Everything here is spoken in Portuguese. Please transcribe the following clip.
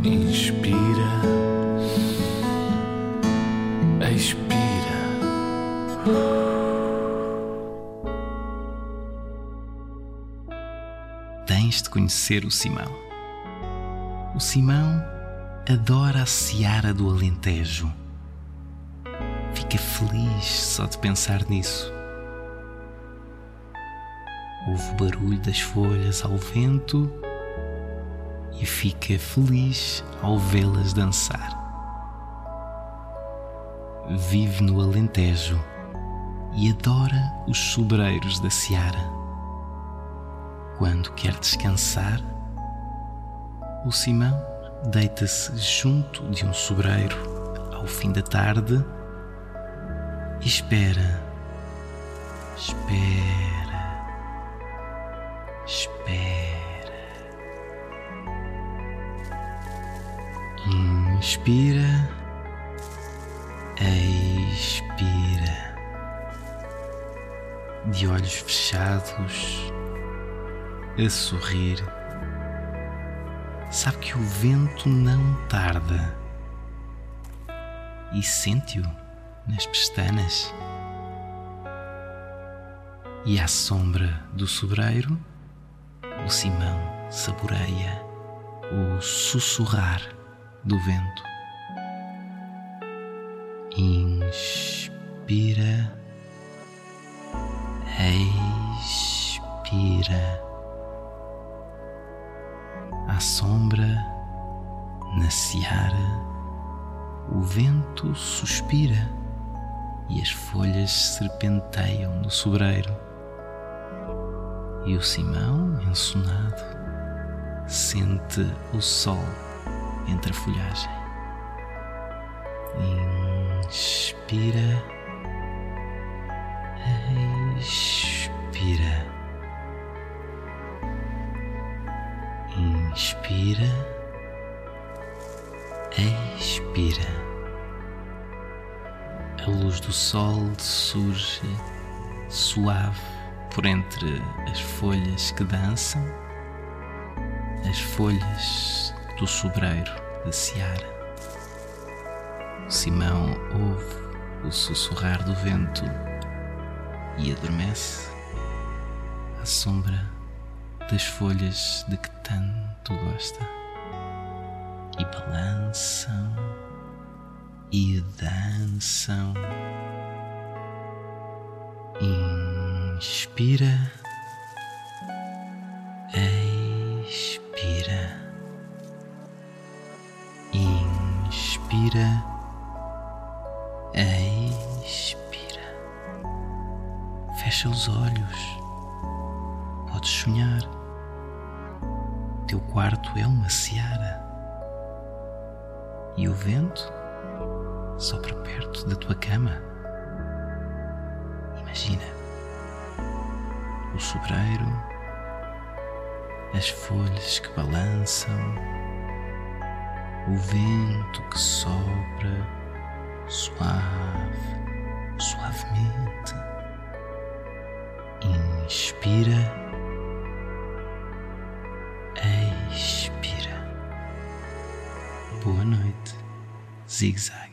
Inspira, expira. Tens de conhecer o Simão. O Simão adora a seara do Alentejo. Fica feliz só de pensar nisso. Ouve o barulho das folhas ao vento e fica feliz ao vê-las dançar. Vive no Alentejo e adora os sobreiros da seara. Quando quer descansar, o Simão deita-se junto de um sobreiro ao fim da tarde e espera. Inspira, expira. De olhos fechados, a sorrir, sabe que o vento não tarda e sente-o nas pestanas. E à sombra do sobreiro, o Simão saboreia o sussurrar do vento. Inspira, expira. À sombra, na seara, o vento suspira e as folhas serpenteiam no sobreiro. E o Simão, ensonado, sente o sol entre a folhagem. Inspira, expira. Inspira, expira. A luz do sol surge suave por entre as folhas que dançam, as folhas do sobreiro da seara. O Simão ouve o sussurrar do vento e adormece à sombra das folhas de que tanto gosta. E balançam e dançam. Inspira, expira. Inspira, expira. Fecha os olhos. Podes sonhar. Teu quarto é uma seara e o vento sopra perto da tua cama. Imagina o sobreiro, as folhas que balançam, o vento que sopra suavemente. Inspira, expira. Boa noite, Zig Zag.